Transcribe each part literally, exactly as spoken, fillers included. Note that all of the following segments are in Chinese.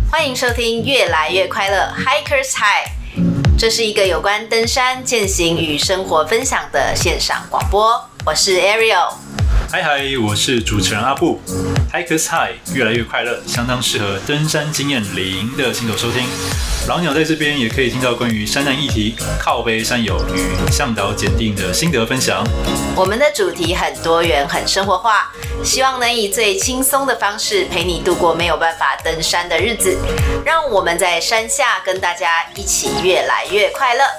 欢迎收听越来越快乐 Hikers High， 这是一个有关登山、健行与生活分享的线上广播。我是 Ariel。 嗨嗨，我是主持人阿布。Hikers High 越来越快乐，相当适合登山经验零的新手收听。老鸟在这边也可以听到关于山难议题、靠背山友与向导检定的心得分享。 我们的主题很多元、很生活化，希望能以最轻松的方式陪你度过没有办法登山的日子。让我们在山下跟大家一起越来越快乐。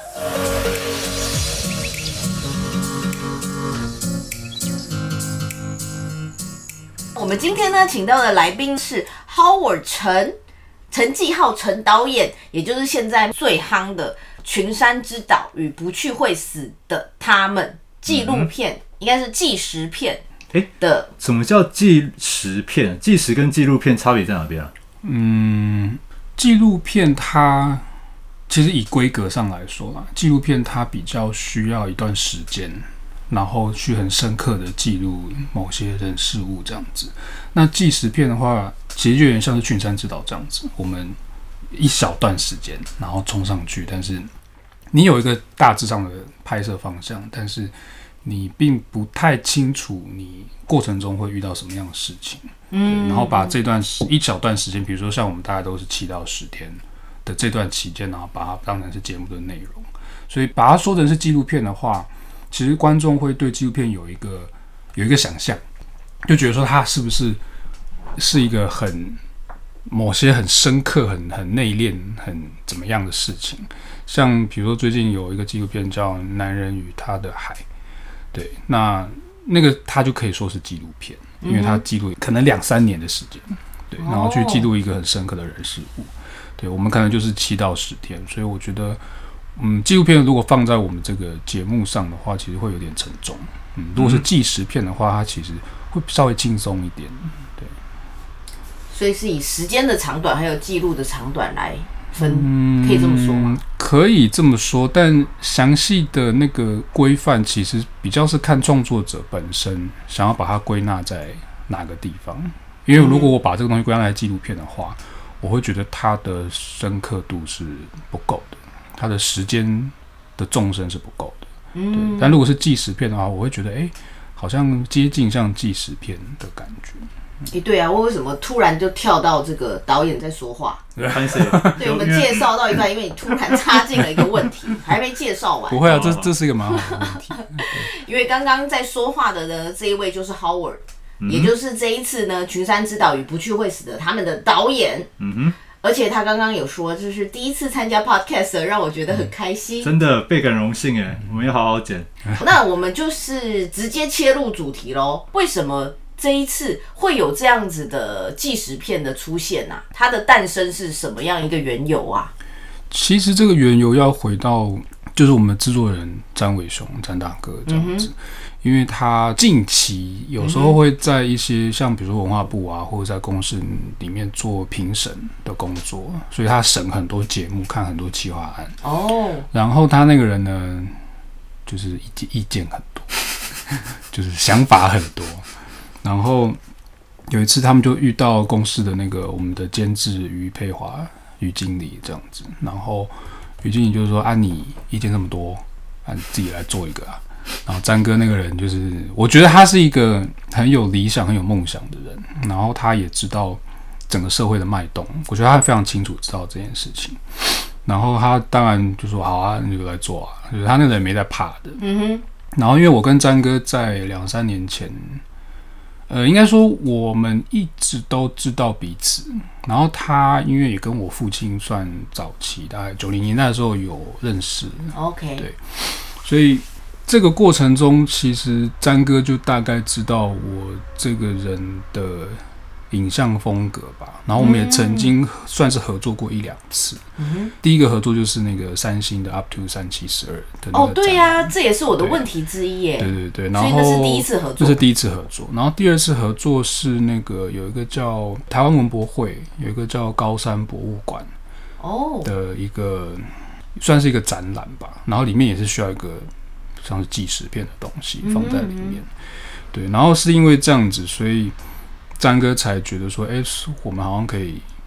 我们今天呢，请到的来宾是 Howard 陈陈继浩陈导演，也就是现在最夯的《群山之岛与不去会死的他们》纪录片，嗯、应该是纪实片的。 欸、什么叫纪实片？纪实跟纪录片差别在哪边啊？ 嗯，纪录片它其实以规格上来说啦，纪录片它比较需要一段时间。然后去很深刻的记录某些人事物这样子。那纪实片的话，其实就有点像是群山之岛这样子，我们一小段时间，然后冲上去，但是你有一个大致上的拍摄方向，但是你并不太清楚你过程中会遇到什么样的事情。嗯，然后把这段一小段时间，比如说像我们大概都是七到十天的这段期间，然后把它当成是节目的内容。所以把它说成是纪录片的话，其实观众会对纪录片有一个有一个想象，就觉得说它是不是是一个很某些很深刻、很很内敛、很怎么样的事情。像比如说最近有一个纪录片叫《男人与他的海》，对，那那个它就可以说是纪录片，因为它记录可能两三年的时间，对，然后去记录一个很深刻的人事物。对，我们可能就是七到十天，所以我觉得。嗯，纪录片如果放在我们这个节目上的话，其实会有点沉重。嗯，如果是纪实片的话，它其实会稍微轻松一点。对， 所以是以时间的长短还有记录的长短来分，嗯、可以这么说吗？ 可以这么说，但详细的那个规范其实比较是看创作者本身想要把它归纳在哪个地方。因为如果我把这个东西归纳在纪录片的话，我会觉得它的深刻度是不够的。它的时间的纵深是不够的，嗯，对。但如果是纪实片的话，我会觉得，哎、欸，好像接近像纪实片的感觉。 哎、欸，对啊，我为什么突然就跳到这个导演在说话？对，我们介绍到一半，因为你突然插进了一个问题，还没介绍完。 不会啊，这这是一个蛮好的问题。 因为刚刚在说话的呢，这一位就是 Howard，、嗯、也就是这一次呢《群山之岛与不去会死的他们》的导演。嗯哼。而且他刚刚有说，这是第一次参加 podcast， 让我觉得很开心。 嗯、真的倍感荣幸哎，我们要好好剪。 那我们就是直接切入主题咯。为什么这一次会有这样子的纪实片的出现啊？它的诞生是什么样一个缘由啊？ 其实这个缘由要回到，就是我们制作人詹伟雄詹大哥这样子。嗯，因为他近期有时候会在一些像比如说文化部啊，或者在公视里面做评审的工作，所以他审很多节目，看很多企划案。哦。然后他那个人呢，就是意见意见很多，就是想法很多。然后有一次他们就遇到公视的那个我们的监制于佩华于经理这样子，然后于经理就是说：“啊，你意见这么多，啊，你自己来做一个啊。”然后詹哥那个人就是，我觉得他是一个很有理想、很有梦想的人，然后他也知道整个社会的脉动，我觉得他非常清楚知道这件事情。然后他当然就说：“好啊，你就来做啊。”就是他那个人没在怕的。嗯哼。然后因为我跟詹哥在两三年前，呃，应该说我们一直都知道彼此。然后他因为也跟我父亲算早期，大概九零年代的时候有认识。 OK。 对，所以。这个过程中，其实詹哥就大概知道我这个人的影像风格吧。然后我们也曾经算是合作过一两次。嗯、第一个合作就是那个三星的 Up to 三七十二的那个展览。 哦，对呀、啊，这也是我的问题之一耶。 对对对，然后所以那是第一次合作。 这是第一次合作，然后第二次合作是那个有一个叫台湾文博会，有一个叫高山博物馆的一个、哦、算是一个展览吧。然后里面也是需要一个。像是纪实片的东西放在里面，嗯、对，然后是因为这样子，所以詹哥才觉得说，哎、欸，我们好像可以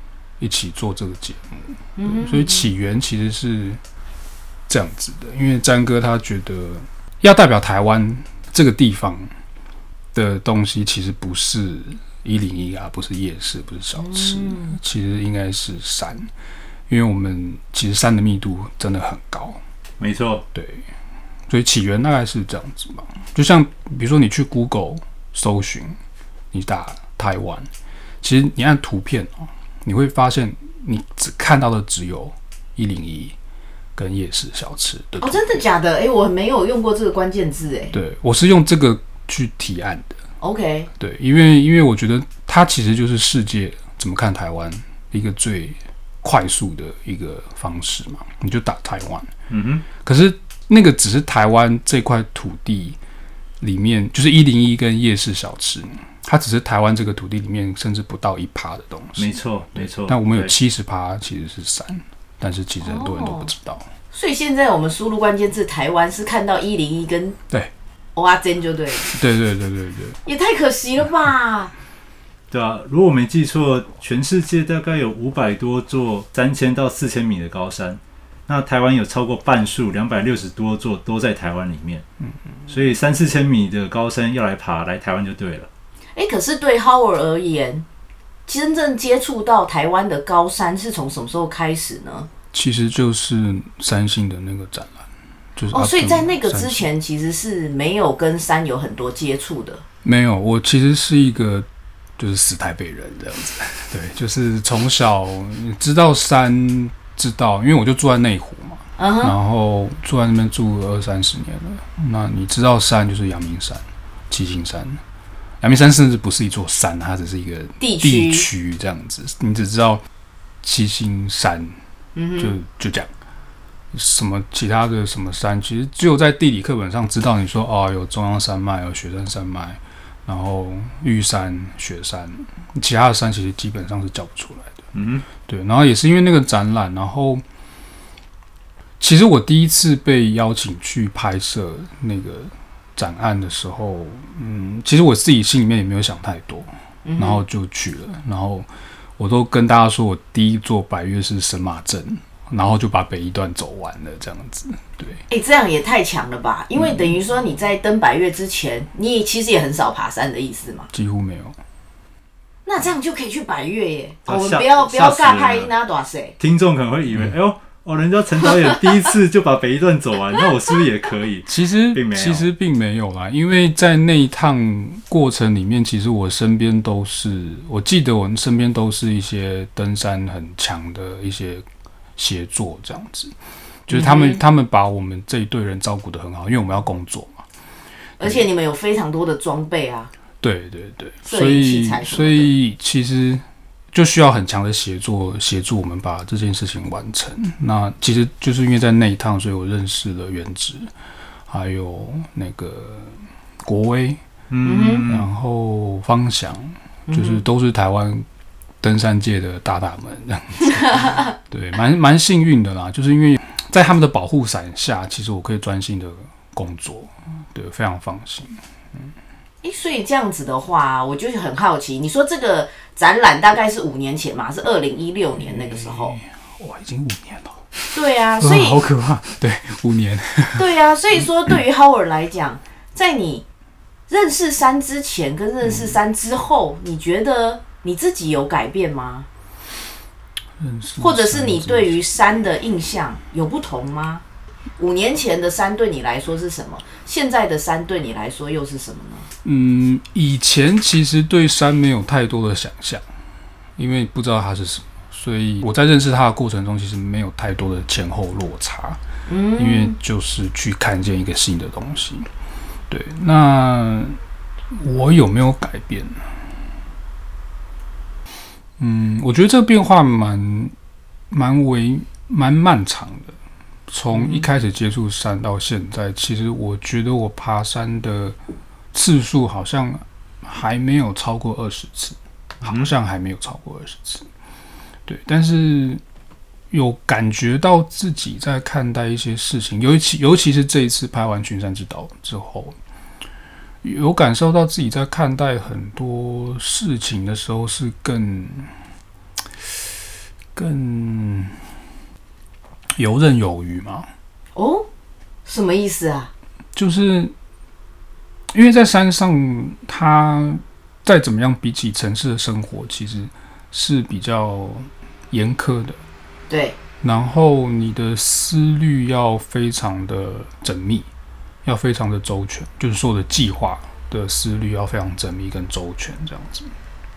一起做这个节目。嗯，所以起源其实是这样子的，因为詹哥他觉得要代表台湾这个地方的东西，其实不是一零一啊，不是夜市，不是小吃，嗯、其实应该是山，因为我们其实山的密度真的很高。 没错， 对，所以起源大概是这样子吧。就像比如说你去 Google 搜寻，你打台湾，其实你按图片哦，你会发现你只看到的只有一零一跟夜市小吃的。 哦，真的假的？哎、欸，我没有用过这个关键字哎。 对，我是用这个去提案的。 OK。 对，因为因为我觉得它其实就是世界怎么看台湾一个最快速的一个方式嘛，你就打台湾。嗯哼。可是那个只是台湾这块土地里面，就是一零一跟夜市小吃，它只是台湾这个土地里面甚至不到一趴的东西。 没错，没错。 但我们有七十趴其实是山，但是其实很多人都不知道。哦、 所以现在我们输入关键字台湾是看到一零一跟对蚵仔煎就对了。 对对对对对。 也太可惜了吧！ 对啊，如果我没记错，全世界大概有五百多座三千到四千米的高山。那台湾有超过半数两百六十多座都在台湾里面，嗯嗯，所以三四千米的高山要来爬，来台湾就对了。 哎、欸，可是对 Howard 而言，真正接触到台湾的高山是从什么时候开始呢？ 其实就是三星的那个展览，就是哦，所以在那个之前其实是没有跟山有很多接触的。 没有，我其实是一个就是死台北人这样子，对，就是从小知道山。知道，因为我就住在内湖嘛， uh-huh. 然后住在那边住了二三十年了。那你知道山就是阳明山、七星山，阳明山甚至不是一座山，它只是一个地区这样子。你只知道七星山，嗯、就就这样。什么其他的什么山，其实只有在地理课本上知道。你说哦，有中央山脉，有雪山山脉，然后玉山、雪山，其他的山其实基本上是叫不出来的。嗯，对，然后也是因为那个展览，然后其实我第一次被邀请去拍摄那个展案的时候，嗯，其实我自己心里面也没有想太多，然后就去了，然后我都跟大家说我第一座百岳是神马镇，然后就把北一段走完了，这样子，对。 哎、欸，这样也太强了吧？因为等于说你在登百岳之前，你其实也很少爬山的意思嘛？ 几乎没有。 那这样就可以去百岳耶！啊、我们不要不要尬拍那多谁？ 听众可能会以为，嗯、哎呦，哦，人家陈导演第一次就把北一段走完，那我是不是也可以？ 其实并没有，其实并没有啦，因为在那一趟过程里面，其实我身边都是，我记得我身边都是一些登山很强的一些协作，这样子，就是他们、嗯、他们把我们这一队人照顾得很好，因为我们要工作嘛， 而且你们有非常多的装备啊。 对对对，所以所以其实就需要很强的协作协助我们把这件事情完成。那其实就是因为在那一趟，所以我认识了原直，还有那个国威，嗯，然后方翔，就是都是台湾登山界的大大们这样子。对，蛮蛮幸运的啦，就是因为在他们的保护伞下，其实我可以专心的工作，对，非常放心。嗯。 欸、所以这样子的话，我就很好奇，你说这个展览大概是五年前嘛，是二零一六年那个时候， 哇，已经五年了。 对啊，所以、 嗯、好可怕，对，五年。 对啊，所以说对于 Howard 来讲，在你认识山之前跟认识山之后，嗯、你觉得你自己有改变吗？ 认识或者是你对于山的印象有不同吗？五年前的山对你来说是什么？现在的山对你来说又是什么呢？ 嗯，以前其实对山没有太多的想象，因为不知道它是什么，所以我在认识它的过程中，其实没有太多的前后落差。嗯，因为就是去看见一个新的东西。对，那我有没有改变？嗯，我觉得这个变化蛮蛮为蛮漫长的。从一开始接触山到现在，其实我觉得我爬山的次数好像还没有超过二十次，好像还没有超过二十次。对，但是有感觉到自己在看待一些事情，尤其尤其是这一次拍完《群山之岛》之后，有感受到自己在看待很多事情的时候是更更游刃有余嘛。 哦，什么意思啊？ 就是因为在山上，它再怎么样，比起城市的生活，其实是比较严苛的。 对。 然后你的思虑要非常的缜密，要非常的周全，就是说的计划的思虑要非常缜密跟周全这样子。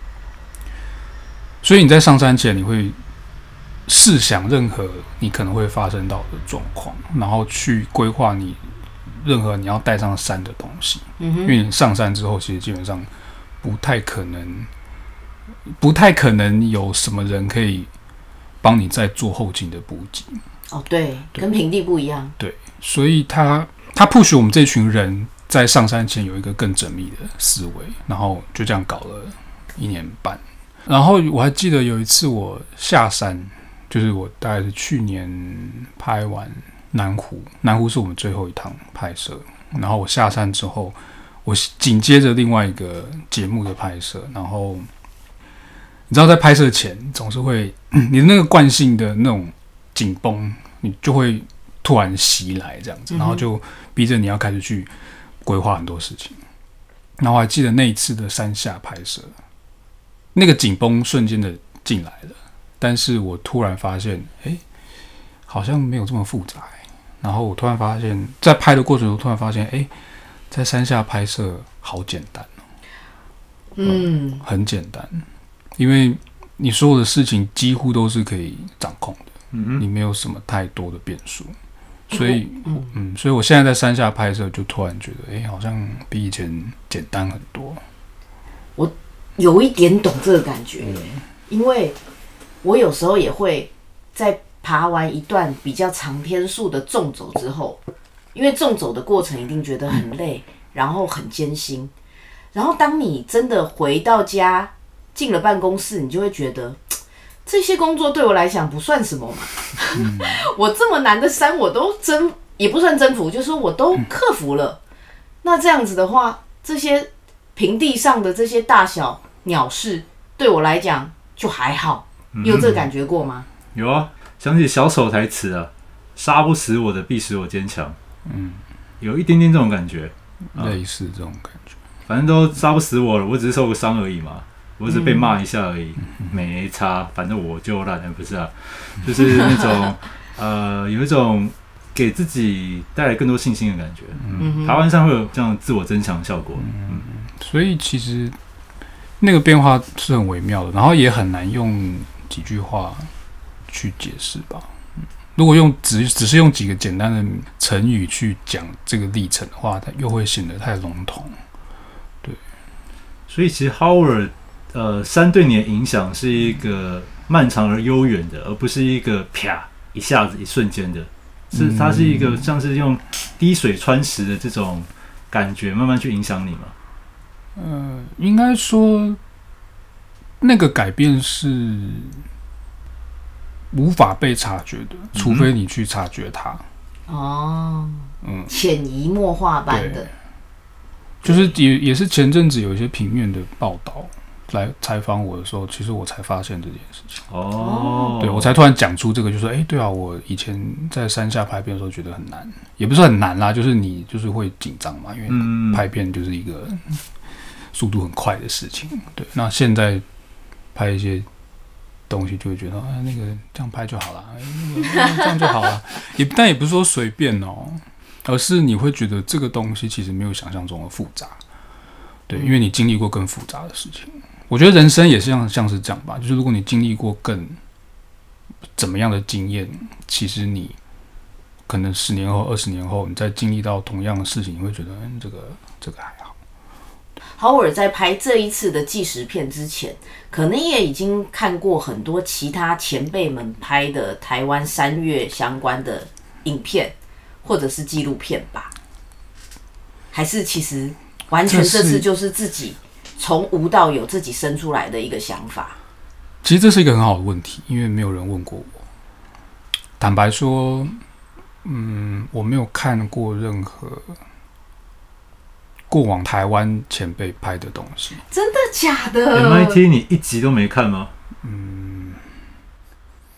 所以你在上山前，你会试想任何你可能会发生到的状况，然后去规划你任何你要带上山的东西。 嗯哼。 因为你上山之后，其实基本上不太可能，不太可能有什么人可以帮你再做后勤的补给。 哦，对，对，跟平地不一样。 对，所以他他 push 我们这群人在上山前有一个更缜密的思维，然后就这样搞了一年半。然后我还记得有一次我下山，就是我大概是去年拍完南湖，南湖是我们最后一趟拍摄。然后我下山之后，我紧接着另外一个节目的拍摄，然后。你知道，在拍摄前总是会，你的那个惯性的那种紧绷，你就会突然袭来这样子，然后就逼着你要开始去规划很多事情。然后我还记得那一次的山下拍摄，那个紧绷瞬间的进来了，但是我突然发现，哎，好像没有这么复杂。然后我突然发现，在拍的过程中，突然发现，哎，在山下拍摄好简单哦， 嗯， 嗯，很简单。因为你所有的事情几乎都是可以掌控的，嗯、你没有什么太多的变数，所以，嗯, 嗯，所以我现在在山下拍摄，就突然觉得，哎、欸，好像比以前简单很多。 我有一点懂这个感觉，嗯、因为我有时候也会在爬完一段比较长天数的纵走之后，因为纵走的过程一定觉得很累，嗯、然后很艰辛，然后当你真的回到家。进了办公室，你就会觉得这些工作对我来讲不算什么嘛。嗯、我这么难的山我都征，也不算征服，就是我都克服了。嗯、那这样子的话，这些平地上的这些大小鸟事，对我来讲就还好。 嗯、 你有这个感觉过吗？ 有啊，想起小丑台词啊，杀不死我的，必使我坚强。嗯，有一点点这种感觉， 类似这种感觉。 反正都杀不死我了，我只是受个伤而已嘛。我只是被骂一下而已，嗯、没差，反正我就烂，不是啊，就是那种呃，有一种给自己带来更多信心的感觉。嗯，爬完山会有这样自我增强的效果。嗯， 所以其实那个变化是很微妙的，然后也很难用几句话去解释吧。如果用只只是用几个简单的成语去讲这个历程的话，它又会显得太笼统。对， 所以其实 Howard。呃，山对你的影响是一个漫长而悠远的，而不是一个啪一下子一瞬间的，是它是一个像是用滴水穿石的这种感觉慢慢去影响你吗？ 呃，应该说那个改变是无法被察觉的，嗯、除非你去察觉它。 哦，嗯，潜移默化般的， 就是也也是前阵子有一些平面的报道。来采访我的时候，其实我才发现这件事情。哦，对我才突然讲出这个，就说，哎、欸，对啊，我以前在山下拍片的时候觉得很难，也不是很难啦，就是你就是会紧张嘛，因为拍片就是一个速度很快的事情。对，那现在拍一些东西就会觉得，啊，那个这样拍就好了，欸那個、这样就好了，也但也不是说随便哦，而是你会觉得这个东西其实没有想象中的复杂。对，因为你经历过更复杂的事情。我觉得人生也是像像是这样吧，就是如果你经历过更怎么样的经验，其实你可能十年后、二十年后，你再经历到同样的事情，你会觉得，嗯，这个这个还好。 Howard在拍这一次的纪实片之前，可能也已经看过很多其他前辈们拍的台湾山岳相关的影片或者是纪录片吧？还是其实完全这次就是自己从无到有自己生出来的一个想法？ 其实这是一个很好的问题，因为没有人问过我。坦白说，嗯，我没有看过任何过往台湾前辈拍的东西。 真的假的 ？M I T 你一集都没看吗？ 嗯，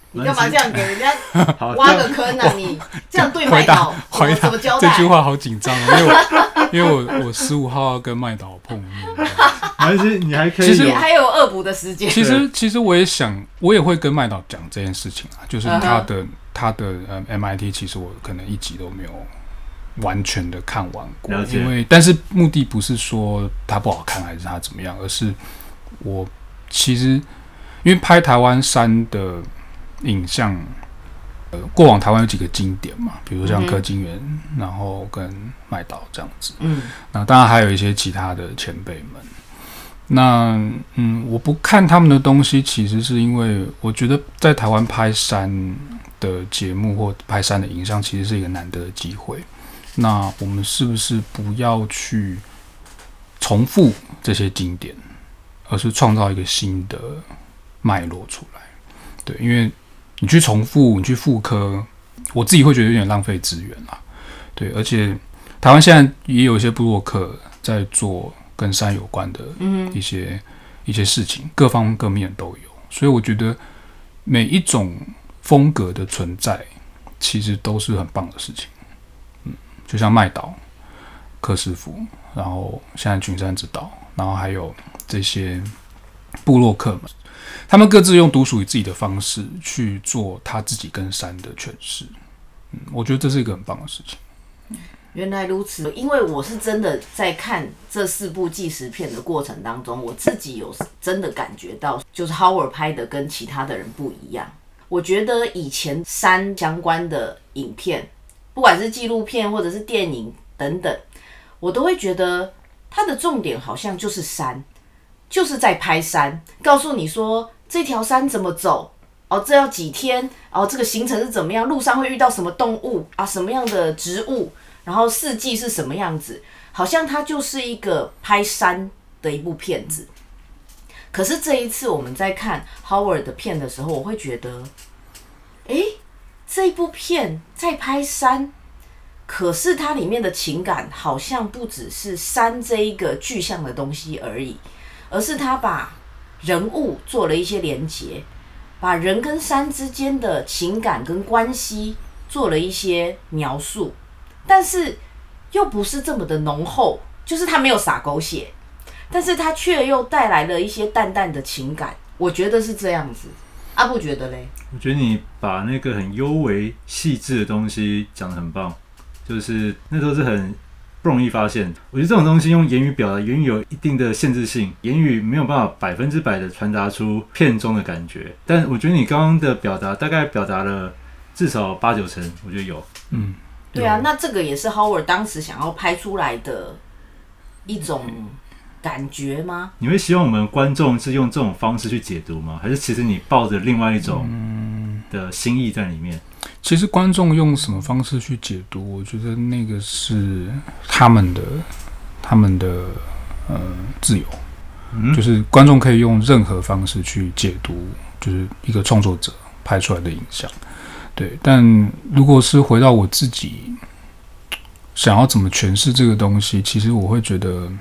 你干嘛这样给人家挖个坑啊？你这样对麦岛回答怎么交代？ 这句话好紧张哦，因为我因为我我十五号要跟麦岛碰面， 还是你还可以， 其实还有恶补的时间。 其实其实我也想，我也会跟麦岛讲这件事情啊，就是他的、uh-huh. 他的呃 M I T， 其实我可能一集都没有完全的看完过，因为但是目的不是说它不好看还是它怎么样，而是我其实因为拍台湾山的影像，呃，过往台湾有几个经典嘛，比如像柯金源、嗯，然后跟麦岛这样子，嗯，那当然还有一些其他的前辈们。那嗯，我不看他们的东西，其实是因为我觉得在台湾拍山的节目或拍山的影像，其实是一个难得的机会。那我们是不是不要去重复这些经典，而是创造一个新的脉络出来？对，因为你去重复，你去复刻，我自己会觉得有点浪费资源啦。对，而且台湾现在也有一些部落客在做跟山有关的一些、嗯、一些事情，各方各面都有，所以我觉得每一种风格的存在，其实都是很棒的事情。嗯，就像麦岛、柯师傅，然后现在群山之岛，然后还有这些部落客们。他们各自用独属于自己的方式去做他自己跟山的诠释，嗯，我觉得这是一个很棒的事情。 原来如此，因为我是真的在看这四部纪实片的过程当中，我自己有真的感觉到，就是 Howard 拍的跟其他的人不一样。我觉得以前山相关的影片，不管是纪录片或者是电影等等，我都会觉得它的重点好像就是山。就是在拍山，告诉你说这条山怎么走，哦，这要几天，哦，这个行程是怎么样，路上会遇到什么动物啊，什么样的植物，然后四季是什么样子，好像它就是一个拍山的一部片子。可是这一次我们在看 Howard 的片的时候，我会觉得，诶，这一部片在拍山，可是它里面的情感好像不只是山这一个具象的东西而已。而是他把人物做了一些连结，把人跟山之间的情感跟关系做了一些描述，但是又不是这么的浓厚，就是他没有撒狗血，但是他却又带来了一些淡淡的情感，我觉得是这样子。阿布觉得嘞？ 我觉得你把那个很幽微细致的东西讲得很棒，就是那都是很不容易发现。我觉得这种东西用言语表达，言语有一定的限制性，言语没有办法百分之百的传达出片中的感觉。但我觉得你刚刚的表达大概表达了至少八九成，我觉得有。 嗯， 对啊，那这个也是 Howard 当时想要拍出来的一种感觉吗？ 你会希望我们观众是用这种方式去解读吗？还是其实你抱着另外一种的心意在里面？ 其实观众用什么方式去解读，我觉得那个是他们的他们的呃自由、嗯，就是观众可以用任何方式去解读，就是一个创作者拍出来的影像。对，但如果是回到我自己想要怎么诠释这个东西，其实我会觉得，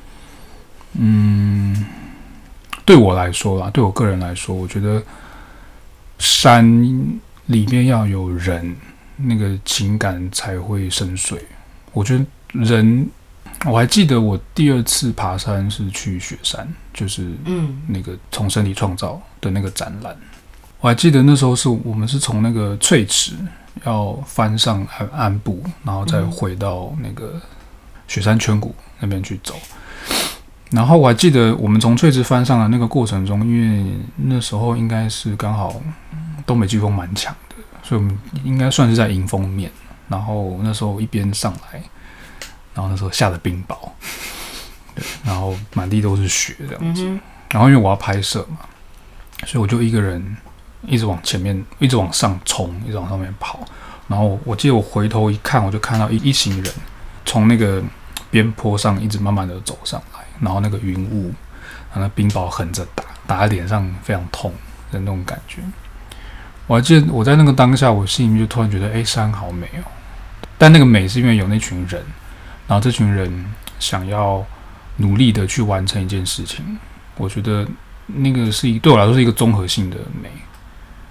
嗯，对我来说啦，对我个人来说，我觉得山里面要有人，那个情感才会深邃。我觉得人，我还记得我第二次爬山是去雪山，就是那个从身体创造的那个展览。我还记得那时候是我们是从那个翠池要翻上安安部，然后再回到那个雪山圈谷那边去走。然后我还记得我们从翠池翻上的那个过程中，因为那时候应该是刚好东北季风蛮强的，所以我们应该算是在迎风面。然后那时候一边上来，然后那时候下了冰雹，对，然后满地都是雪这样子。嗯、然后因为我要拍摄嘛，所以我就一个人一直往前面，一直往上冲，一直往上面跑。然后我记得我回头一看，我就看到一一行人从那个边坡上一直慢慢的走上来，然后那个云雾，然后那冰雹横着打，打在脸上非常痛的那种感觉。我还记得我在那个当下，我心里面就突然觉得，哎，山好美哦。但那个美是因为有那群人，然后这群人想要努力的去完成一件事情。我觉得那个是一对我来说是一个综合性的美。嗯，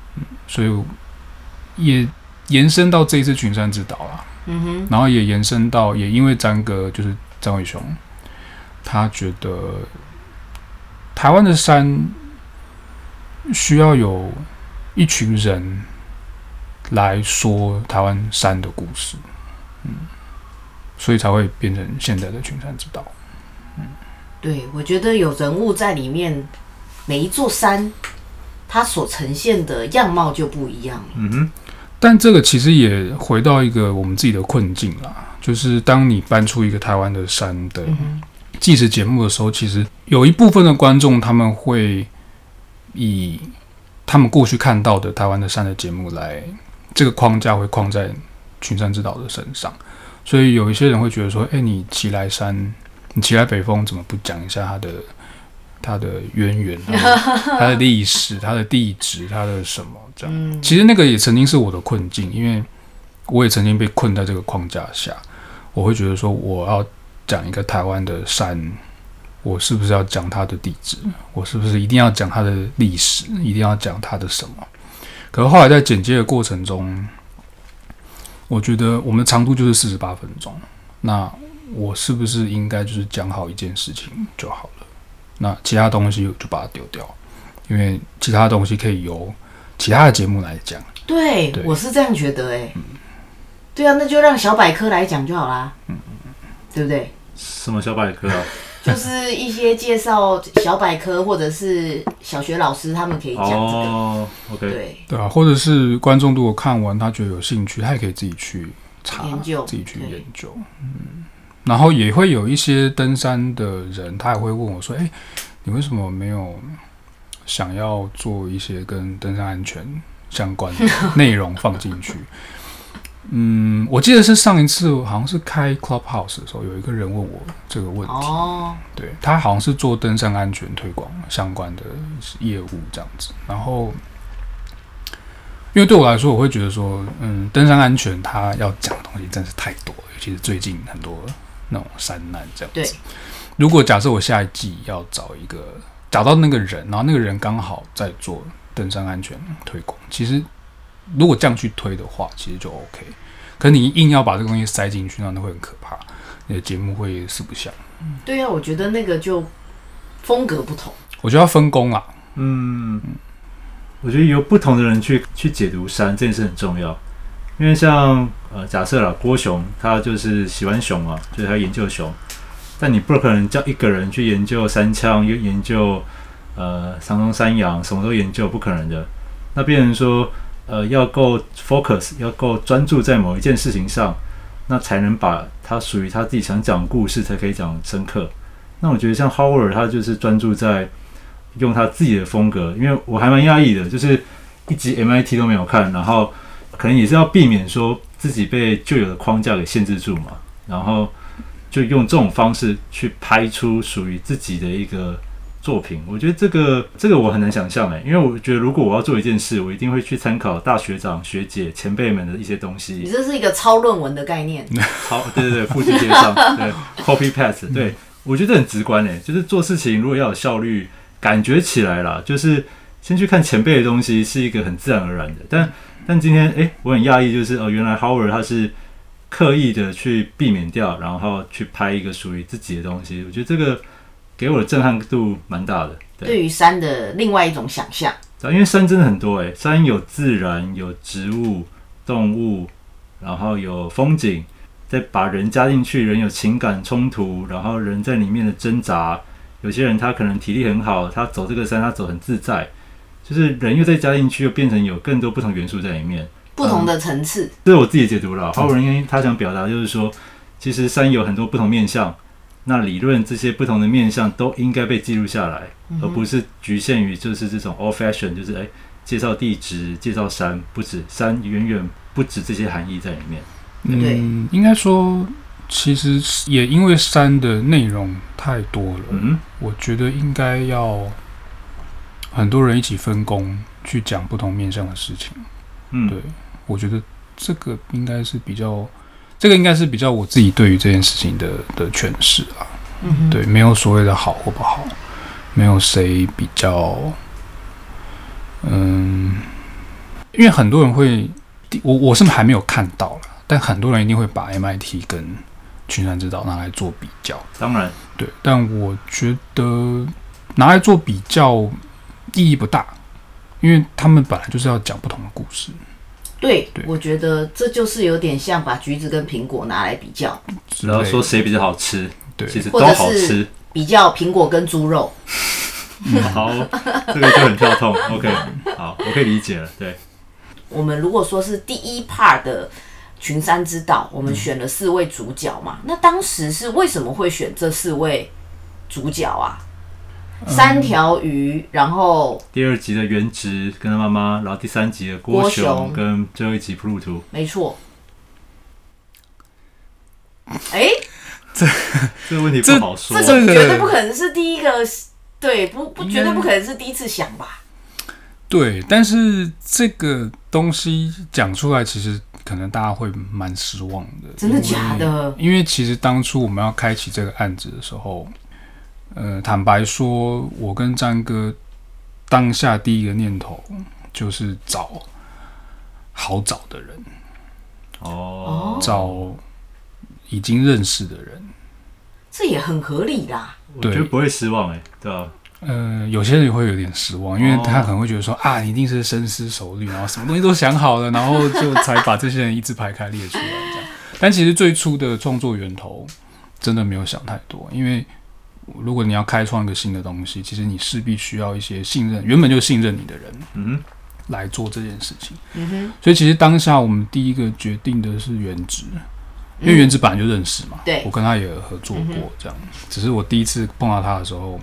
所以也延伸到这一次群山之岛啦。 嗯哼， 然后也延伸到，也因为詹哥就是张伟雄，他觉得台湾的山需要有一群人来说台湾山的故事，嗯，所以才会变成现在的群山之岛。嗯， 对，我觉得有人物在里面，每一座山它所呈现的样貌就不一样。 嗯哼。 但这个其实也回到一个我们自己的困境啦，就是当你搬出一个台湾的山的纪实节目的时候，其实有一部分的观众他们会以他们过去看到的台湾的山的节目来，这个框架会框在群山之岛的身上，所以有一些人会觉得说，哎、欸，你奇来山，你奇来北峰怎么不讲一下它的它的渊源、它的历史、它的地质、它的什么这样、嗯？其实那个也曾经是我的困境，因为我也曾经被困在这个框架下。我会觉得说，我要讲一个台湾的山，我是不是要讲它的地质？我是不是一定要讲它的历史？一定要讲它的什么？可是后来在剪接的过程中，我觉得我们的长度就是四十八分钟，那我是不是应该就是讲好一件事情就好了？那其他东西我就把它丢掉，因为其他东西可以由其他的节目来讲。 对，对我是这样觉得哎、欸嗯。对啊，那就让小百科来讲就好啦。嗯嗯嗯，对不对？ 什么小百科啊？ 就是一些介绍小百科或者是小学老师他们可以讲这个。 哦 ，OK。 对对啊，或者是观众如果看完他觉得有兴趣，他也可以自己去查研究， 自己去研究。嗯。然后也会有一些登山的人，他也会问我说：“哎、欸，你为什么没有想要做一些跟登山安全相关的内容放进去？”嗯，我记得是上一次好像是开 Clubhouse 的时候，有一个人问我这个问题。哦，对，他好像是做登山安全推广相关的业务这样子。然后，因为对我来说，我会觉得说，嗯，登山安全他要讲的东西真是太多了，尤其是最近很多那种山难这样子。 对， 如果假设我下一季要找一个找到那个人，然后那个人刚好在做登山安全推广，其实如果这样去推的话，其实就 OK。可是你硬要把这个东西塞进去，那那会很可怕，你的节目会四不像。 对啊，我觉得那个就风格不同。 我觉得要分工啦。 嗯，我觉得由不同的人去去解读山这件事很重要。因为像呃，假设啦，郭熊他就是喜欢熊嘛，就是他研究熊，但你不可能叫一个人去研究山羌，又研究呃长鬃山羊，什么都研究，不可能的。那变成说，呃，要够 focus， 要够专注在某一件事情上，那才能把他属于他自己想讲的故事，才可以讲深刻。那我觉得像 Howard 他就是专注在用他自己的风格，因为我还蛮讶异的，就是一集 M I T 都没有看，然后可能也是要避免说自己被旧有的框架给限制住嘛，然后就用这种方式去拍出属于自己的一个作品。我觉得这个这个我很难想象哎，因为我觉得如果我要做一件事，我一定会去参考大学长学姐前辈们的一些东西。 你这是一个抄论文的概念。 抄，对对对，复制贴上，对 ，copy paste， 对，我觉得很直观哎，就是做事情如果要有效率，感觉起来啦，就是先去看前辈的东西是一个很自然而然的。但但今天哎，我很讶异，就是哦，原来 Howard 他是刻意的去避免掉，然后去拍一个属于自己的东西。我觉得这个给我的震撼度蛮大的。 对，对于山的另外一种想象。 因为山真的很多哎，山有自然，有植物、动物，然后有风景，再把人加进去，人有情感冲突，然后人在里面的挣扎。有些人他可能体力很好，他走这个山他走很自在，就是人又再加进去，又变成有更多不同元素在里面， 不同的层次。嗯、 这是我自己的解读啦。好人因为他想表达就是说，其实山有很多不同面向，那理论这些不同的面向都应该被记录下来，嗯、而不是局限于就是这种 old fashion， 就是哎介绍地质、介绍山，不止山远远不止这些含义在里面。 嗯，应该说。其实也因为山的内容太多了，嗯，我觉得应该要很多人一起分工去讲不同面向的事情。嗯，对，我觉得这个应该是比较，这个应该是比较我自己对于这件事情的的诠释啊。嗯，对，没有所谓的好或不好，没有谁比较，嗯， 因为很多人会，我我是还没有看到了，但很多人一定会把 M I T 跟群山之岛拿来做比较。 当然， 对，但我觉得拿来做比较意义不大，因为他们本来就是要讲不同的故事。 对， 对我觉得这就是有点像把橘子跟苹果拿来比较， 然后说谁比较好吃， 对， 其实都好吃。 比较苹果跟猪肉。 嗯、好，这个就很跳痛。OK， 好，我可以理解了。对， 我们如果说是第一 part 的群山之岛，我们选了四位主角嘛，嗯、那当时是为什么会选这四位主角啊？嗯、三条鱼，然后第二集的原直跟他妈妈，然后第三集的郭熊跟最后一集普鲁图。 没错。哎， 这这个问题不好说， 这个绝对不可能是第一个。对，不不，绝对不可能是第一次想吧？ 对，但是这个东西讲出来，其实可能大家会蛮失望的。 真的假的？ 因为其实当初我们要开启这个案子的时候，呃，坦白说，我跟詹哥当下第一个念头就是找好找的人， 哦， 找已经认识的人， 这也很合理啦。 我觉得不会失望哎、欸，对吧、啊？ 呃，有些人会有点失望，因为他可能会觉得说、哦、啊，你一定是深思熟虑，然后什么东西都想好了，然后就才把这些人一字排开列出来这样。但其实最初的创作源头真的没有想太多，因为如果你要开创一个新的东西，其实你势必需要一些信任，原本就信任你的人，嗯，来做这件事情。嗯哼，所以其实当下我们第一个决定的是原直。因为原直本来就认识嘛， 对， 我跟他也合作过，这样。只是我第一次碰到他的时候，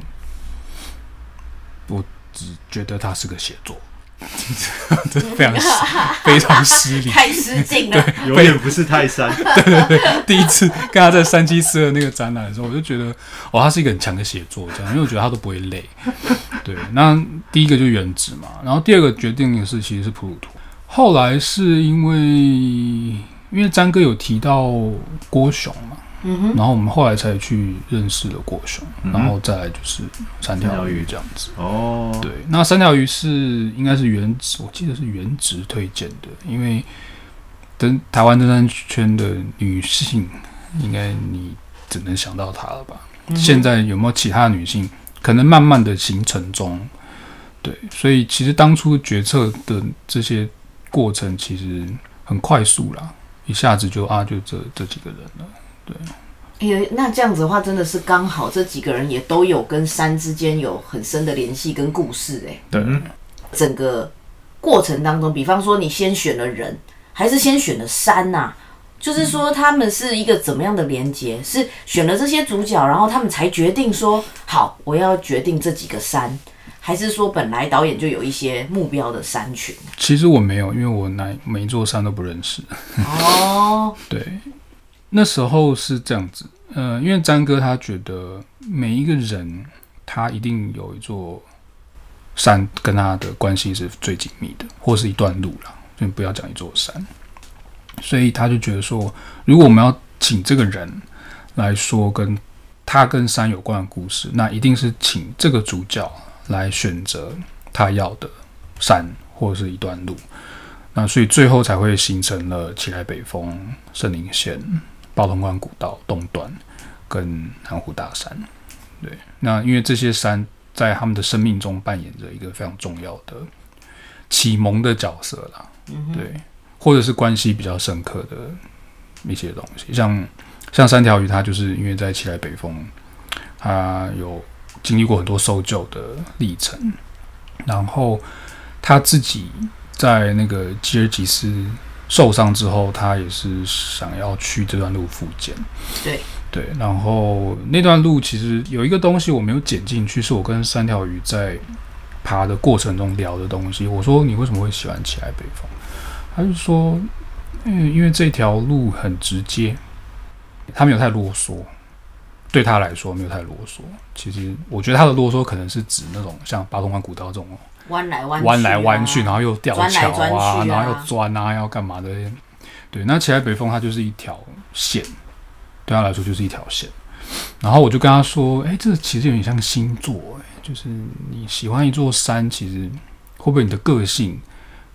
我只觉得他是个写作，这非常非常失礼， 太失敬了， 对， 有点不是泰山。 对对对，第一次跟他在三七四的那个展览的时候，我就觉得哦，他是一个很强的写作，这样，因为我觉得他都不会累。对，那第一个就是原直嘛，然后第二个决定的是其实是普鲁图，后来是因为。因为詹哥有提到郭熊嘛，嗯、然后我们后来才去认识了郭熊，嗯、然后再来就是三条鱼这样子。哦，对，那三条鱼是应该是原直，我记得是原直推荐的，因为登台湾登山圈的女性，应该你只能想到她了吧？嗯、现在有没有其他女性？可能慢慢的形成中，对，所以其实当初决策的这些过程其实很快速啦。一下子就啊，就这这几个人了，对。 哎、欸，那这样子的话，真的是刚好这几个人也都有跟山之间有很深的联系跟故事、欸，哎。 对。 整个过程当中，比方说你先选了人，还是先选了山呐、啊？就是说他们是一个怎么样的连结？是选了这些主角，然后他们才决定说，好，我要决定这几个山。还是说本来导演就有一些目标的山群？ 其实我没有，因为我哪每一座山都不认识。哦，对，那时候是这样子，呃，因为詹哥他觉得每一个人他一定有一座山跟他的关系是最紧密的，或是一段路啦，就不要讲一座山。所以他就觉得说，如果我们要请这个人来说跟他跟山有关的故事，那一定是请这个主角来选择他要的山或者是一段路，那所以最后才会形成了奇来北峰、圣林线、报通关古道东段跟南湖大山。对，那因为这些山在他们的生命中扮演着一个非常重要的启蒙的角色啦，嗯、对，或者是关系比较深刻的一些东西，像像三条鱼，它就是因为在奇来北峰，它有经历过很多搜救的历程，然后他自己在那个吉尔吉斯受伤之后，他也是想要去这段路复健。 对对，然后那段路其实有一个东西我没有剪进去，是我跟三条鱼在爬的过程中聊的东西。我说你为什么会喜欢奇来北峰？他就说，嗯，因为这条路很直接，他没有太啰嗦。对他来说没有太啰嗦，其实我觉得他的啰嗦可能是指那种像八通关古道这种弯来弯去、啊、 弯来弯去，然后又吊桥 啊, 啊， 然后又钻啊，要干嘛的？对，那奇来北峰它就是一条线，对他来说就是一条线。然后我就跟他说，哎、欸，这其实有点像星座、欸，就是你喜欢一座山，其实会不会你的个性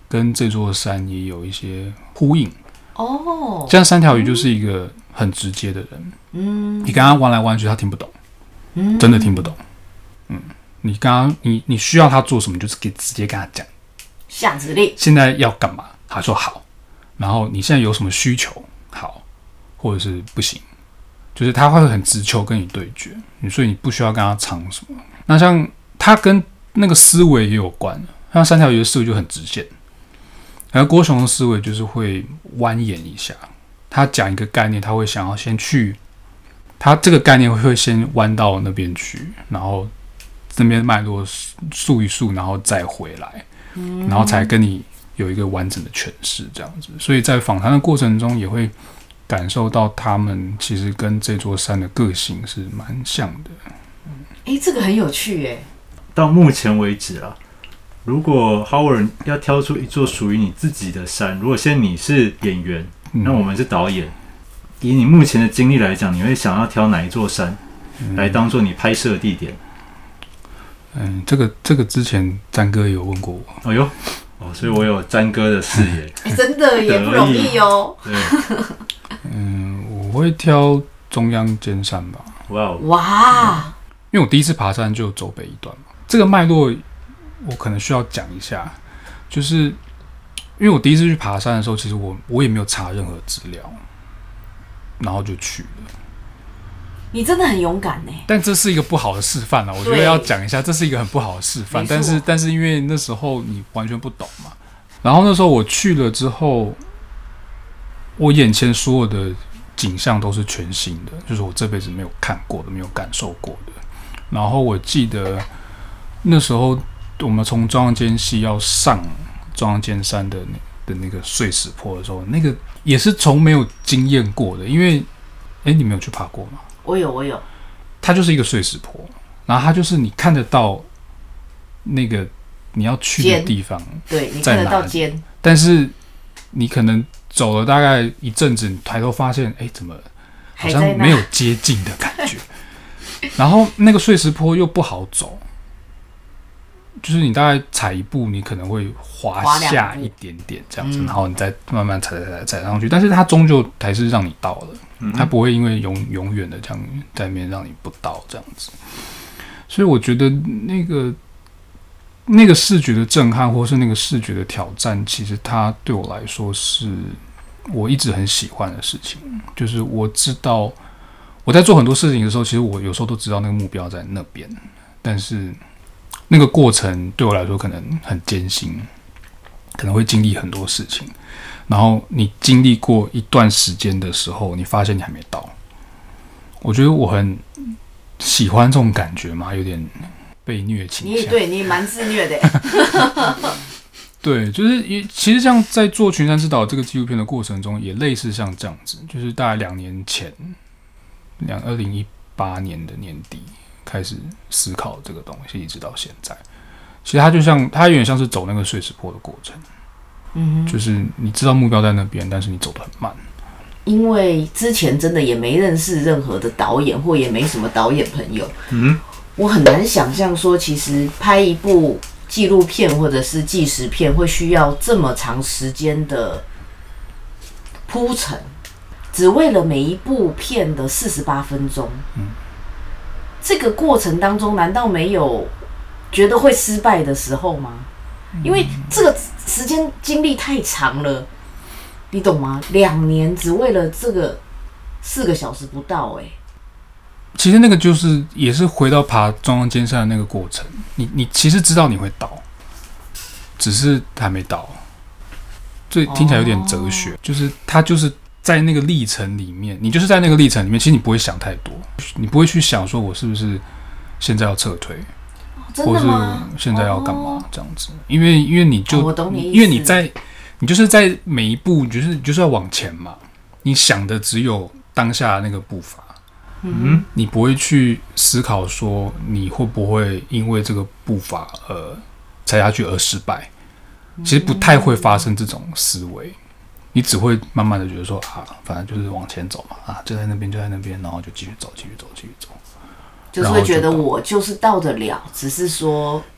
跟这座山也有一些呼应。 哦， 像三条鱼就是一个很直接的人，嗯，你跟他弯来弯去，他听不懂，嗯，真的听不懂，嗯，你刚刚你你需要他做什么，就是给直接跟他讲， 下指令， 现在要干嘛？他说好，然后你现在有什么需求？好，或者是不行，就是他会很直球跟你对决，所以你不需要跟他藏什么。那像他跟那个思维也有关，像三条鱼的思维就很直线。而郭雄的思维就是会蜿蜒一下，他讲一个概念，他会想要先去，他这个概念会先弯到那边去，然后这边脉络溯一溯，然后再回来，然后才跟你有一个完整的诠释，这样子。所以在访谈的过程中，也会感受到他们其实跟这座山的个性是蛮像的。 哎、欸，这个很有趣耶。 到目前为止啦。如果 Howard 要挑出一座属于你自己的山，如果现在你是演员，那我们是导演，以你目前的经历来讲，你会想要挑哪一座山来当做你拍摄的地点？ 嗯，这个这个之前詹哥有问过我。 哎呦，哦，所以我有詹哥的视野， 欸、真的也不容易哦。 对， 嗯，我会挑中央尖山吧。 哇哇！ 因为我第一次爬山就走北一段嘛，这个脉络。我可能需要讲一下，就是因为我第一次去爬山的时候，其实我我也没有查任何资料，然后就去了。 你真的很勇敢呢。 但这是一个不好的示范了，我觉得要讲一下，这是一个很不好的示范。但是但是因为那时候你完全不懂嘛，然后那时候我去了之后，我眼前所有的景象都是全新的，就是我这辈子没有看过的、没有感受过的。然后我记得那时候。我们从中央尖溪要上中央尖山的那的那个碎石坡的时候，那个也是从没有经验过的，因为，哎，你没有去爬过吗？ 我有，我有。 它就是一个碎石坡，然后它就是你看得到那个你要去的地方， 对，你看得到尖， 但是你可能走了大概一阵子，你抬头发现，哎，怎么好像没有接近的感觉？然后那个碎石坡又不好走。就是你大概踩一步，你可能会滑下一点点这样子，然后你再慢慢踩踩踩踩上去，但是它终究还是让你到了，嗯、它不会因为永永远的这样在那边让你不到这样子。所以我觉得那个那个视觉的震撼，或是那个视觉的挑战，其实它对我来说是我一直很喜欢的事情。就是我知道我在做很多事情的时候，其实我有时候都知道那个目标在那边，但是。那个过程对我来说可能很艰辛，可能会经历很多事情，然后你经历过一段时间的时候，你发现你还没到。我觉得我很喜欢这种感觉嘛，有点被虐倾向。 你也对，你也蛮自虐的。 对，就是其实像在做《群山之岛》这个纪录片的过程中，也类似像这样子，就是大概两年前，两二零一八年的年底。开始思考这个东西，一直到现在，其实它就像它有点像是走那个碎石坡的过程，嗯，就是你知道目标在那边，但是你走得很慢。 因为之前真的也没认识任何的导演，或也没什么导演朋友，嗯，我很难想象说，其实拍一部纪录片或者是纪实片会需要这么长时间的铺陈，只为了每一部片的四十八分钟，嗯。这个过程当中，难道没有觉得会失败的时候吗？因为这个时间经历太长了，你懂吗？两年只为了这个四个小时不到、欸，哎。 其实那个就是也是回到爬中央尖山的那个过程，你你其实知道你会到，只是还没到。这听起来有点哲学，哦、就是它就是。在那个历程里面，你就是在那个历程里面，其实你不会想太多，你不会去想说我是不是现在要撤退， 真的吗？ 或是现在要干嘛、哦、这样子，因为因为你就、 哦、我懂你意思， 因为你在你就是在每一步，你就是你就是要往前嘛，你想的只有当下那个步伐，嗯，你不会去思考说你会不会因为这个步伐而踩下去而失败，其实不太会发生这种思维。你只会慢慢的觉得说啊，反正就是往前走嘛，啊，就在那边，就在那边，然后就继续走，继续走，继续走， 就是会觉得我就是到得了，只是说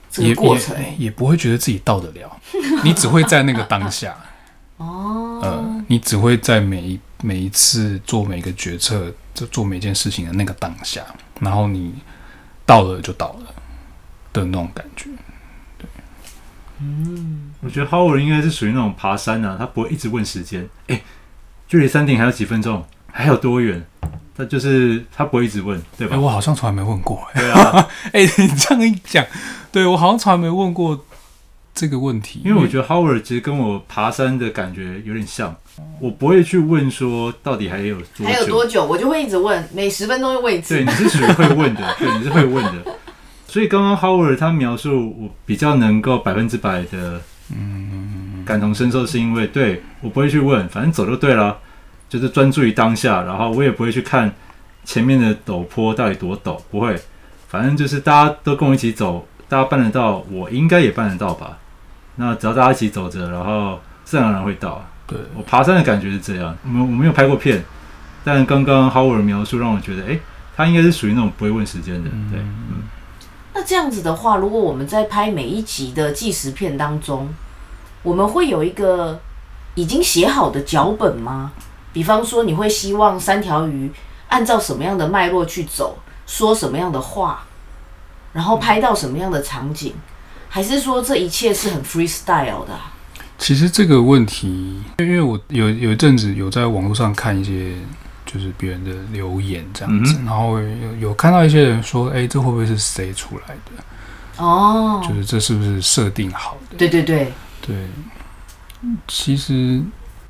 这个过程， 也, 也, 也不会觉得自己到得了，你只会在那个当下。 哦， 呃，你只会在每一每一次做每个决策、做每件事情的那个当下，然后你到了就到了的那种感觉。对， 嗯，我觉得 Howard 应该是属于那种爬山啊，他不会一直问时间，哎、欸，距离山顶还有几分钟，还有多远？他就是他不会一直问，对吧？ 欸、我好像从来没问过、欸。 对啊， 哎、欸，你这样一讲，对我好像从来没问过这个问题， 因为我觉得 Howard 其实跟我爬山的感觉有点像，我不会去问说到底还有多久， 还有多久，我就会一直问，每十分钟就问一次。 对，你是属于会问的，对，你是会问的。所以刚刚 Howard 他描述我比较能够百分之百的感同身受，是因为对我不会去问，反正走就对了，就是专注于当下，然后我也不会去看前面的陡坡到底多陡，不会，反正就是大家都跟我一起走，大家办得到，我应该也办得到吧。那只要大家一起走着，然后自然而然会到。 对， 我爬山的感觉是这样。我我没有拍过片，但刚刚 Howard 描述让我觉得，哎、欸，他应该是属于那种不会问时间的。对，嗯。 那这样子的话，如果我们在拍每一集的纪实片当中，我们会有一个已经写好的脚本吗？比方说，你会希望三条鱼按照什么样的脉络去走，说什么样的话，然后拍到什么样的场景？还是说这一切是很 freestyle 的、啊？ 其实这个问题，因为我有有一阵子有在网络上看一些就是别人的留言这样子，嗯、然后 有, 有看到一些人说，哎，这会不会是塞出来的？ 哦， 就是这是不是设定好的？ 对对对对，其实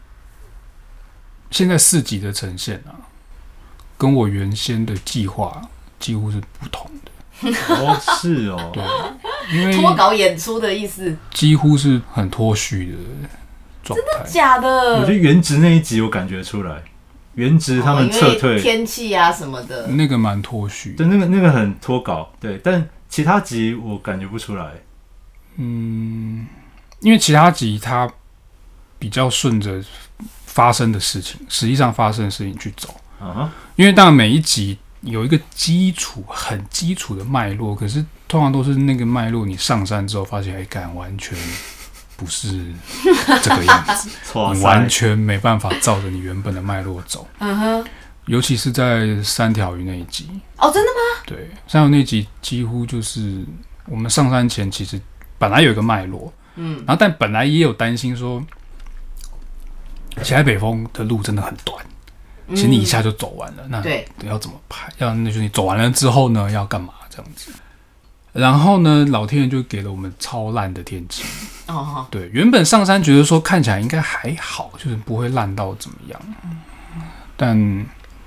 现在四集的呈现啊，跟我原先的计划几乎是不同的。 哦，是哦， 对，因为脱稿演出的意思， 几乎是很脱序的状态。 真的假的？ 我觉得原值那一集我感觉出来，原值他们撤退、 哦、天气啊什么的， 那个蛮脱序， 对，那个那个很脱稿，对，但其他集我感觉不出来。 嗯，因为其他集它比较顺着发生的事情，实际上发生的事情去走。 Uh-huh. 因为当然每一集有一个基础很基础的脉络，可是通常都是那个脉络，你上山之后发现，哎，干完全不是这个样子，你完全没办法照着你原本的脉络走。 嗯哼， 尤其是在三条鱼那一集。 哦，真的吗？ 对，三条鱼那一集几乎就是我们上山前其实本来有一个脉络，嗯，然后但本来也有担心说，起来北风的路真的很短。其实你一下就走完了，那对要怎么拍？要那就是你走完了之后呢，要干嘛这样子？然后呢，老天爷就给了我们超烂的天气。 哦， 对，原本上山觉得说看起来应该还好，就是不会烂到怎么样。但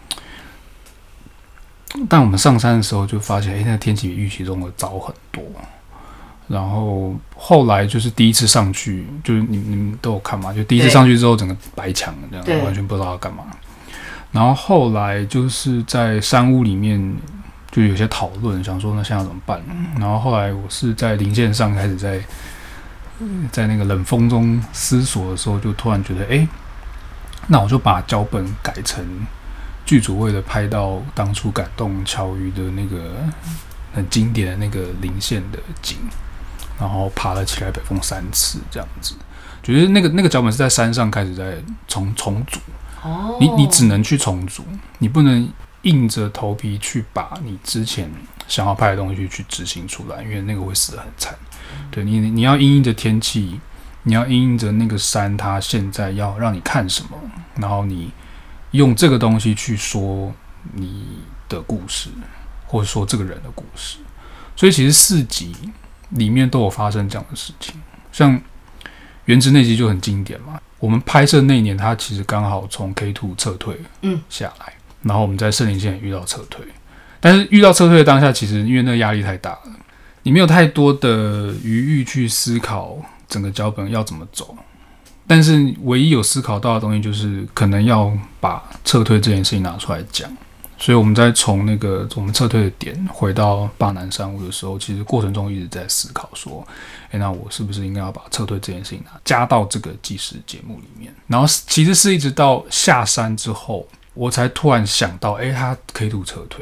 但我们上山的时候就发现，哎，那个天气比预期中的糟很多。然后后来就是第一次上去，就是你你们都有看嘛？就第一次上去之后，整个白墙这样，完全不知道要干嘛。然后后来就是在山屋里面就有些讨论，想说那现在要怎么办？然后后来我是在零线上开始在在那个冷风中思索的时候，就突然觉得，哎，那我就把脚本改成剧组为了拍到当初感动乔鱼的那个很经典的那个零线的景，然后爬了起来北风三次这样子。觉得那个那个脚本是在山上开始在重重组。 哦， 你你只能去重组，你不能硬着头皮去把你之前想要拍的东西去执行出来，因为那个会死得很惨。对你，你要因应着天气，你要因应着那个山，它现在要让你看什么，然后你用这个东西去说你的故事，或者说这个人的故事。所以其实四集里面都有发生这样的事情，像原值那集就很经典嘛。我们拍摄那一年，他其实刚好从 K 二 撤退下来，嗯，然后我们在圣林线也遇到撤退，但是遇到撤退的当下，其实因为那个压力太大了，你没有太多的余裕去思考整个脚本要怎么走，但是唯一有思考到的东西就是可能要把撤退这件事情拿出来讲。所以我们在从那个我们撤退的点回到霸南山屋的时候，其实过程中一直在思考说，欸，那我是不是应该要把撤退这件事情加到这个纪实节目里面？然后其实是一直到下山之后，我才突然想到，欸，他 K 二 撤退，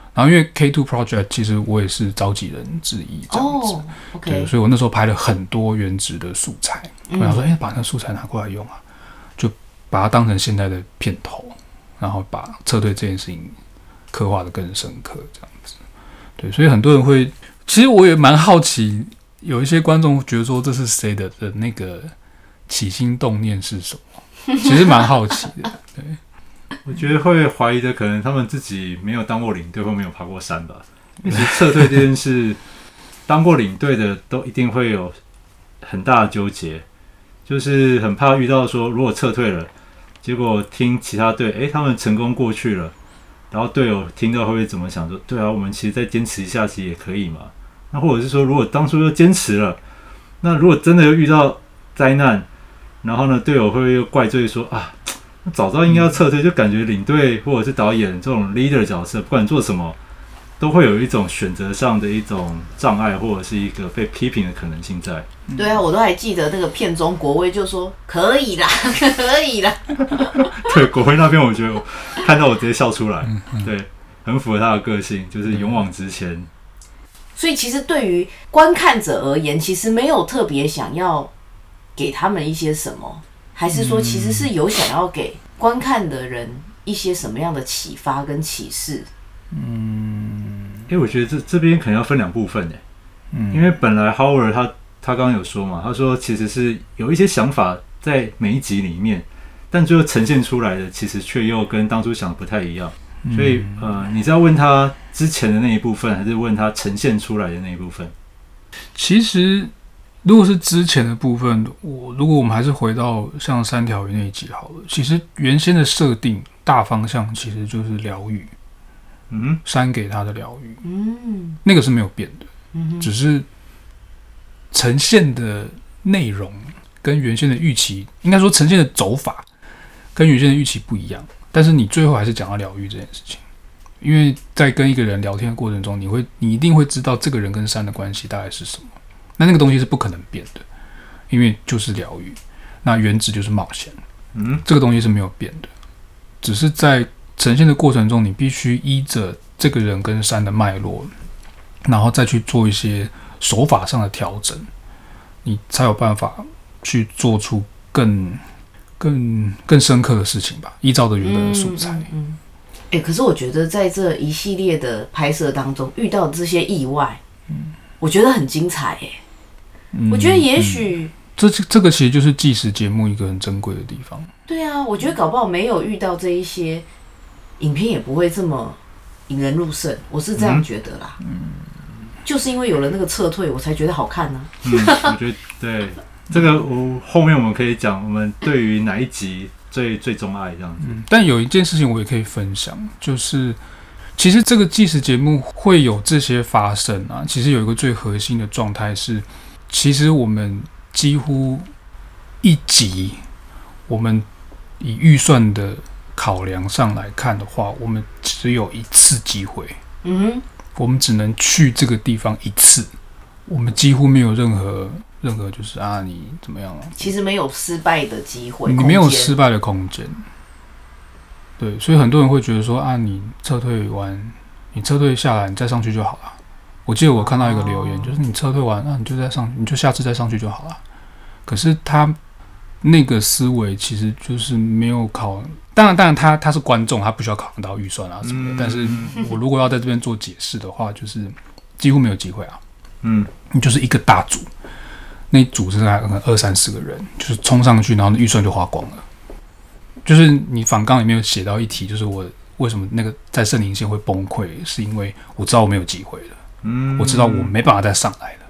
然后因为 K 二 Project 其实我也是召集人之一，这样子。 哦 ，OK， 对，所以我那时候拍了很多原植的素材，嗯、我想说，哎、欸，把那个素材拿过来用啊，就把它当成现在的片头，然后把撤退这件事情刻画的更深刻，这样子。对，所以很多人会，其实我也蛮好奇，有一些观众觉得说这是谁的的那个起心动念是什么，其实蛮好奇的。对， 我觉得会怀疑的可能他们自己没有当过领队或没有爬过山吧。其实撤退这件事，当过领队的都一定会有很大的纠结，就是很怕遇到说如果撤退了，结果听其他队，哎，他们成功过去了。然后队友听到会不会怎么想说？对啊，我们其实再坚持一下其实也可以嘛。那或者是说，如果当初又坚持了，那如果真的又遇到灾难，然后呢，队友会不会又怪罪说啊，早知道应该要撤退？就感觉领队或者是导演这种 leader 角色，不管做什么，都会有一种选择上的一种障碍，或者是一个被批评的可能性在。 对啊，我都还记得那个片中国威就说可以啦，可以啦。 对，国威那边我觉得我看到我直接笑出来，对，很符合他的个性，就是勇往直前。 所以其实对于观看者而言，其实没有特别想要给他们一些什么，还是说其实是有想要给观看的人一些什么样的启发跟启示？ 嗯，因为我觉得这这边可能要分两部分诶，嗯，因为本来 Howard 他他刚刚有说嘛，他说其实是有一些想法在每一集里面，但最后呈现出来的其实却又跟当初想的不太一样，所以呃，你是要问他之前的那一部分，还是问他呈现出来的那一部分？ 其实如果是之前的部分，我如果我们还是回到像三条鱼那一集好了，其实原先的设定大方向其实就是疗愈。嗯，山给他的疗愈，嗯，那个是没有变的，嗯，只是呈现的内容跟原先的预期，应该说呈现的走法跟原先的预期不一样，但是你最后还是讲到疗愈这件事情，因为在跟一个人聊天的过程中，你会，你一定会知道这个人跟山的关系大概是什么，那那个东西是不可能变的，因为就是疗愈，那原质就是冒险，嗯，这个东西是没有变的，只是在呈现的过程中，你必须依着这个人跟山的脉络，然后再去做一些手法上的调整，你才有办法去做出更、更、更深刻的事情吧。依照着原本的素材。嗯嗯嗯欸、可是我觉得在这一系列的拍摄当中遇到的这些意外，嗯、我觉得很精彩耶、欸嗯。我觉得也许、嗯、 这这个其实就是纪实节目一个很珍贵的地方。 对啊，我觉得搞不好没有遇到这一些。影片也不会这么引人入胜，我是这样觉得啦。嗯，就是因为有了那个撤退，我才觉得好看呢、啊。嗯， 我觉得对这个，我后面我们可以讲，我们对于哪一集最最钟爱这样子、嗯。 但有一件事情我也可以分享，就是其实这个纪实节目会有这些发生啊，其实有一个最核心的状态是，其实我们几乎一集，我们以预算的考量上来看的话，我们只有一次机会，嗯，我们只能去这个地方一次，我们几乎没有任何任何就是啊你怎么样啊？ 其实没有失败的机会， 你没有失败的空间。对，所以很多人会觉得说啊，你撤退完，你撤退下来，你再上去就好了。我记得我看到一个留言，哦、就是你撤退完，那、啊、你就再上，你就下次再上去就好了。可是他那个思维其实就是没有考。当然，当然他，他他是观众，他不需要考虑到预算啊什么的。嗯、但是我如果要在这边做解释的话，就是几乎没有机会啊。嗯，你就是一个大组，那一组是大概二三十个人，就是冲上去，然后预算就花光了。就是你访纲里面有写到一题，就是我为什么那个在圣灵线会崩溃，是因为我知道我没有机会了，嗯，我知道我没办法再上来了，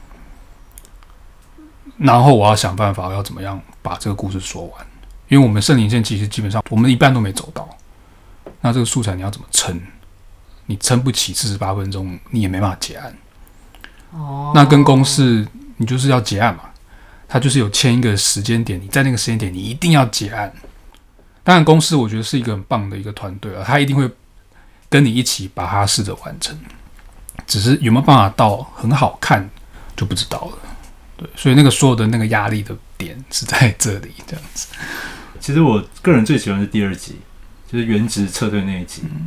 然后我要想办法要怎么样把这个故事说完。因为我们圣灵线其实基本上我们一半都没走到，那这个素材你要怎么撑？你撑不起四十八分钟，你也没办法结案。哦，那跟公司你就是要结案嘛，他就是有签一个时间点，你在那个时间点你一定要结案。当然，公司我觉得是一个很棒的一个团队啊，他一定会跟你一起把它试着完成。只是有没有办法到很好看就不知道了。对，所以那个所有的那个压力的点是在这里，这样子。 其实我个人最喜欢的是第二集，就是原职撤退那一集，嗯、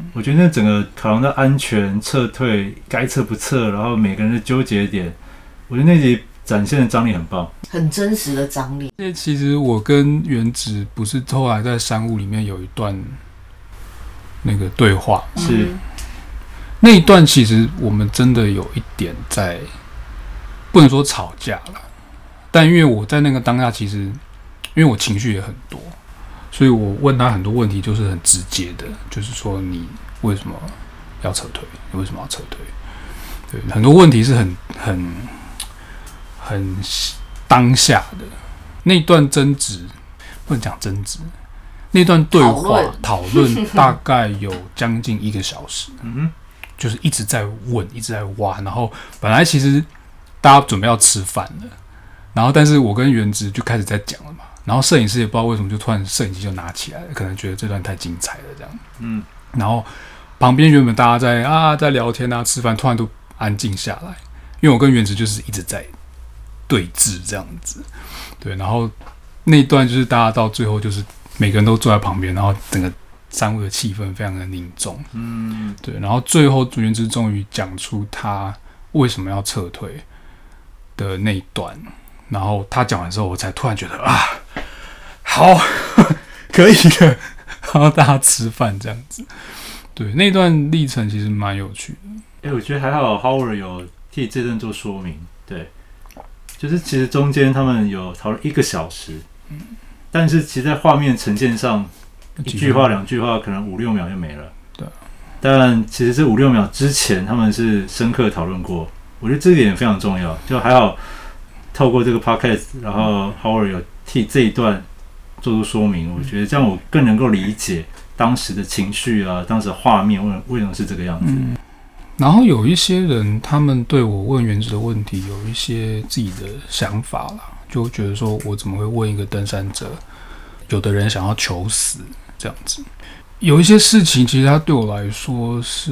我觉得那整个考量到安全、撤退、该撤不撤，然后每个人的纠结点，我觉得那集展现的张力很棒， 很真实的张力。 这其实我跟原子不是后来在山屋里面有一段那个对话， 是、嗯、 那一段其实我们真的有一点在，不能说吵架了，但因为我在那个当下，其实因为我情绪也很多，所以我问他很多问题，就是很直接的，就是说你为什么要撤退？你为什么要撤退？对，很多问题是很很很当下的。那段争执不能讲争执，那段对话讨论大概有将近一个小时，嗯，就是一直在问，一直在挖。然后本来其实大家准备要吃饭了，然后但是我跟原子就开始在讲了嘛。然后摄影师也不知道为什么就突然摄影机就拿起来了，可能觉得这段太精彩了这样。嗯，然后旁边原本大家在啊在聊天啊吃饭，突然都安静下来，因为我跟原子就是一直在对峙这样子。对，然后那一段就是大家到最后就是每个人都坐在旁边，然后整个山屋的气氛非常的凝重。嗯，对，然后最后原子终于讲出他为什么要撤退的那一段。然后他讲完之后，我才突然觉得啊，好，可以的。然后大家吃饭这样子，对，那段历程其实蛮有趣的。 哎、欸，我觉得还好 ，Howard 有替这段做说明，对，就是其实中间他们有讨论一个小时，嗯，但是其实在画面呈现上，一句话两句话可能五六秒就没了， 对。 但其实这五六秒之前，他们是深刻讨论过，我觉得这一点非常重要，就还好。透过这个 podcast， 然后 Howard 有替这一段做出说明，我觉得这样我更能够理解当时的情绪啊，当时的画面为为什么是这个样子。嗯， 然后有一些人，他们对我问原子的问题有一些自己的想法啦，就觉得说我怎么会问一个登山者？有的人想要求死这样子，有一些事情其实它对我来说是，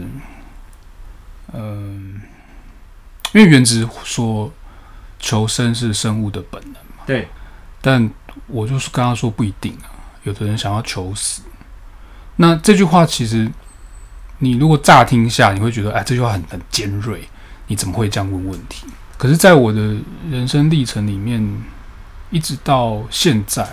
嗯，因为原子说。求生是生物的本能嘛？ 对， 但我就是跟他说不一定啊。有的人想要求死，那这句话其实你如果乍听下，你会觉得哎，这句话很很尖锐，你怎么会这样问问题？可是，在我的人生历程里面，一直到现在，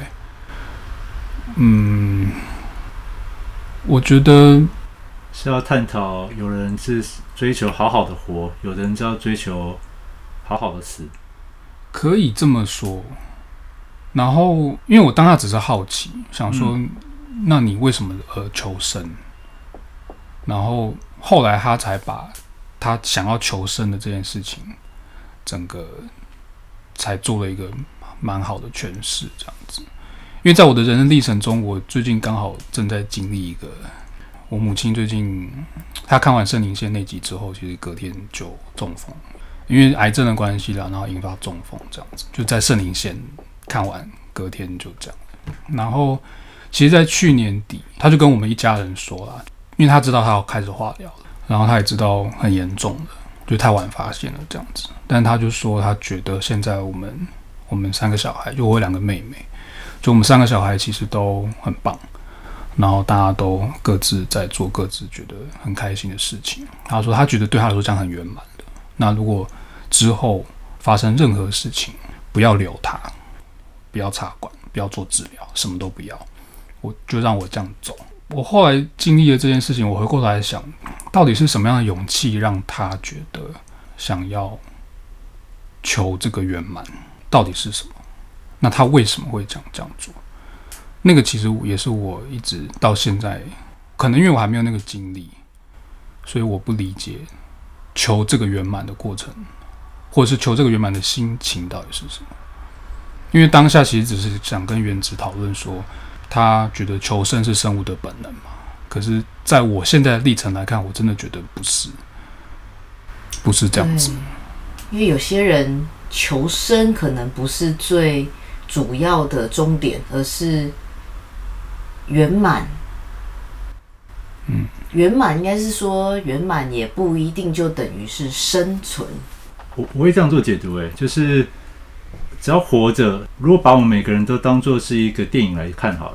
嗯，我觉得是要探讨，有人是追求好好的活，有的人是要追求好好的死。 可以这么说，然后因为我当下只是好奇，想说，嗯、那你为什么而求生？然后后来他才把他想要求生的这件事情，整个才做了一个蛮好的诠释，这样子。因为在我的人生历程中，我最近刚好正在经历一个，我母亲最近她看完圣灵线那集之后，其实隔天就中风。因为癌症的关系啦，然后引发中风这样子，就在圣灵线看完，隔天就这样。然后，其实，在去年底，他就跟我们一家人说啦，因为他知道他要开始化疗了，然后他也知道很严重的，就太晚发现了这样子。但他就说，他觉得现在我们我们三个小孩，就我有两个妹妹，就我们三个小孩其实都很棒，然后大家都各自在做各自觉得很开心的事情。他说，他觉得对他来说这样很圆满的。那如果之后发生任何事情，不要留他，不要插管，不要做治疗，什么都不要，我就让我这样走。我后来经历了这件事情，我回过头来想，到底是什么样的勇气让他觉得想要求这个圆满，到底是什么？那他为什么会这样这样做？那个其实也是我一直到现在，可能因为我还没有那个经历，所以我不理解求这个圆满的过程。或者是求这个圆满的心情到底是什么？因为当下其实只是想跟原子讨论说，他觉得求生是生物的本能嘛。可是在我现在的历程来看，我真的觉得不是，不是这样子。 因为有些人求生可能不是最主要的终点，而是圆满。嗯，圆满应该是说，圆满也不一定就等于是生存。 我我会这样做解读，哎，就是只要活着，如果把我们每个人都当作是一个电影来看好了，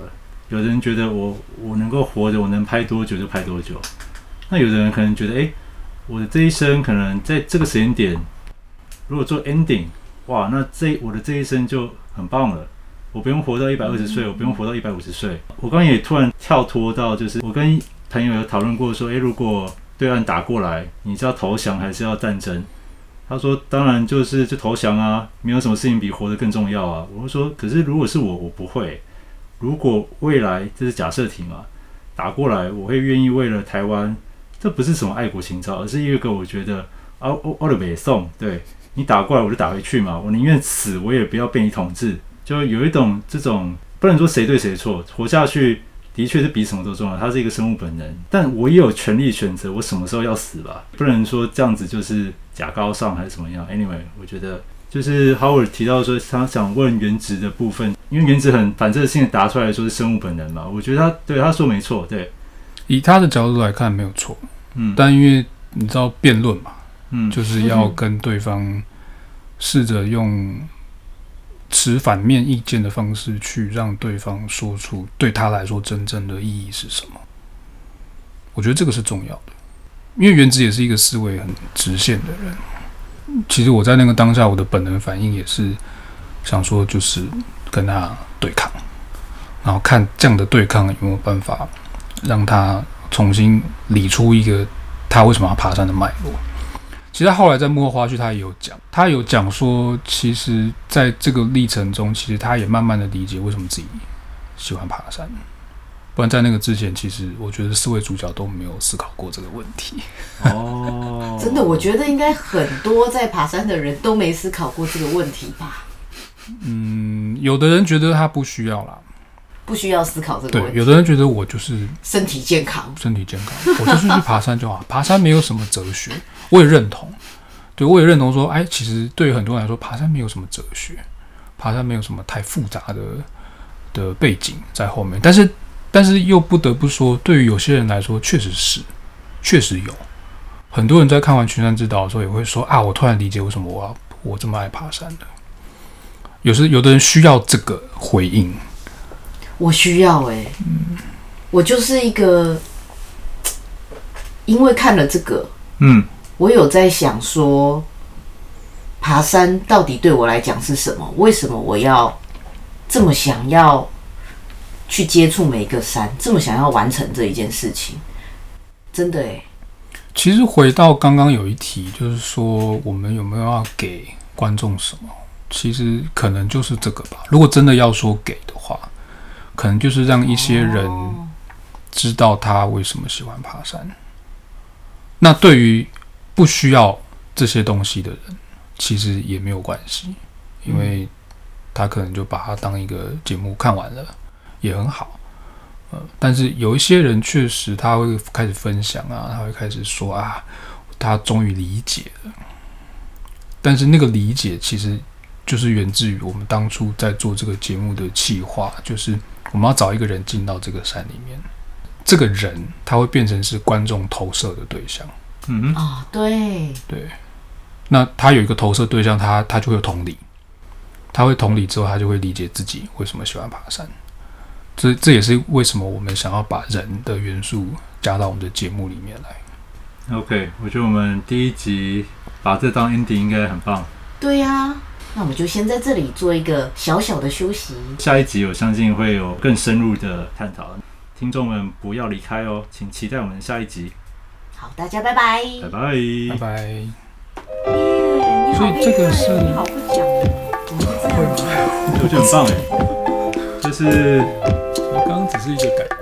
有的人觉得我我能够活着，我能拍多久就拍多久。那有的人可能觉得，哎、欸，我的这一生可能在这个时间点，如果做 ending， 哇，那这我的这一生就很棒了。我不用活到一百二十岁，我不用活到一百五十岁。我刚刚也突然跳脱到，就是我跟朋友有讨论过说，哎、欸，如果对岸打过来，你是要投降还是要战争？他说，当然就是就投降啊，没有什么事情比活得更重要啊。我就说，可是如果是我，我不会。如果未来这是假设题嘛，打过来，我会愿意为了台湾，这不是什么爱国情操，而是一个我觉得啊，我我的北宋，对你打过来我就打回去嘛，我宁愿死，我也不要被你统治。就有一种这种不能说谁对谁错，活下去的确是比什么都重要，它是一个生物本能。但我也有权利选择我什么时候要死吧，不能说这样子就是假高尚还是怎么样。Anyway， 我觉得就是 Howard 提到说他想问原子的部分，因为原子很反射性的答出来说是生物本能嘛，我觉得他对他说没错，对， 以他的角度来看没有错，嗯，但因为你知道辩论嘛，嗯，就是要跟对方试着用持反面意见的方式去让对方说出对他来说真正的意义是什么。我觉得这个是重要的，因为原子也是一个思维很直线的人。其实我在那个当下，我的本能反应也是想说，就是跟他对抗，然后看这样的对抗有没有办法让他重新理出一个他为什么要爬山的脉络。其实他后来在幕后花絮，他也有讲，他有讲说，其实在这个历程中，其实他也慢慢的理解为什么自己喜欢爬山。不然在那个之前，其实我觉得四位主角都没有思考过这个问题。 哦，真的，我觉得应该很多在爬山的人都没思考过这个问题吧。 嗯，有的人觉得他不需要啦， 不需要思考这个问题。 对，有的人觉得我就是身体健康， 身体健康，我就是去爬山就好。爬山没有什么哲学，我也认同。对，我也认同说，哎，其实对于很多人来说，爬山没有什么哲学，爬山没有什么太复杂的的背景在后面。但是，但是又不得不说，对于有些人来说，确实是，确实有。很多人在看完《群山之岛》的时候，也会说啊，我突然理解为什么我要我这么爱爬山的。有时有的人需要这个回应。 我需要哎、欸嗯，我就是一个，因为看了这个，嗯，我有在想说，爬山到底对我来讲是什么？为什么我要这么想要去接触每一个山，这么想要完成这一件事情？真的哎、欸。 其实回到刚刚有一题，就是说我们有没有要给观众什么？其实可能就是这个吧。如果真的要说给的话，可能就是让一些人知道他为什么喜欢爬山。那对于不需要这些东西的人，其实也没有关系，因为他可能就把它当一个节目看完了，也很好。呃，但是有一些人确实他会开始分享啊，他会开始说啊，他终于理解了。但是那个理解其实就是源自于我们当初在做这个节目的企划，就是我们要找一个人进到这个山里面，这个人他会变成是观众投射的对象。 嗯啊、哦，对对，那他有一个投射对象，他他就会有同理，他会同理之后，他就会理解自己为什么喜欢爬山。这这也是为什么我们想要把人的元素加到我们的节目里面来。 OK， 我觉得我们第一集把这当 ending 应该很棒。 对呀、啊，那我们就先在这里做一个小小的休息。 下一集我相信会有更深入的探讨，听众们不要离开哦，请期待我们下一集。 好，大家拜拜， 拜拜， 拜拜。 耶， 所以这个是你好会讲，怎么会这样？ 我觉得很棒哎，就是刚刚只是一个改。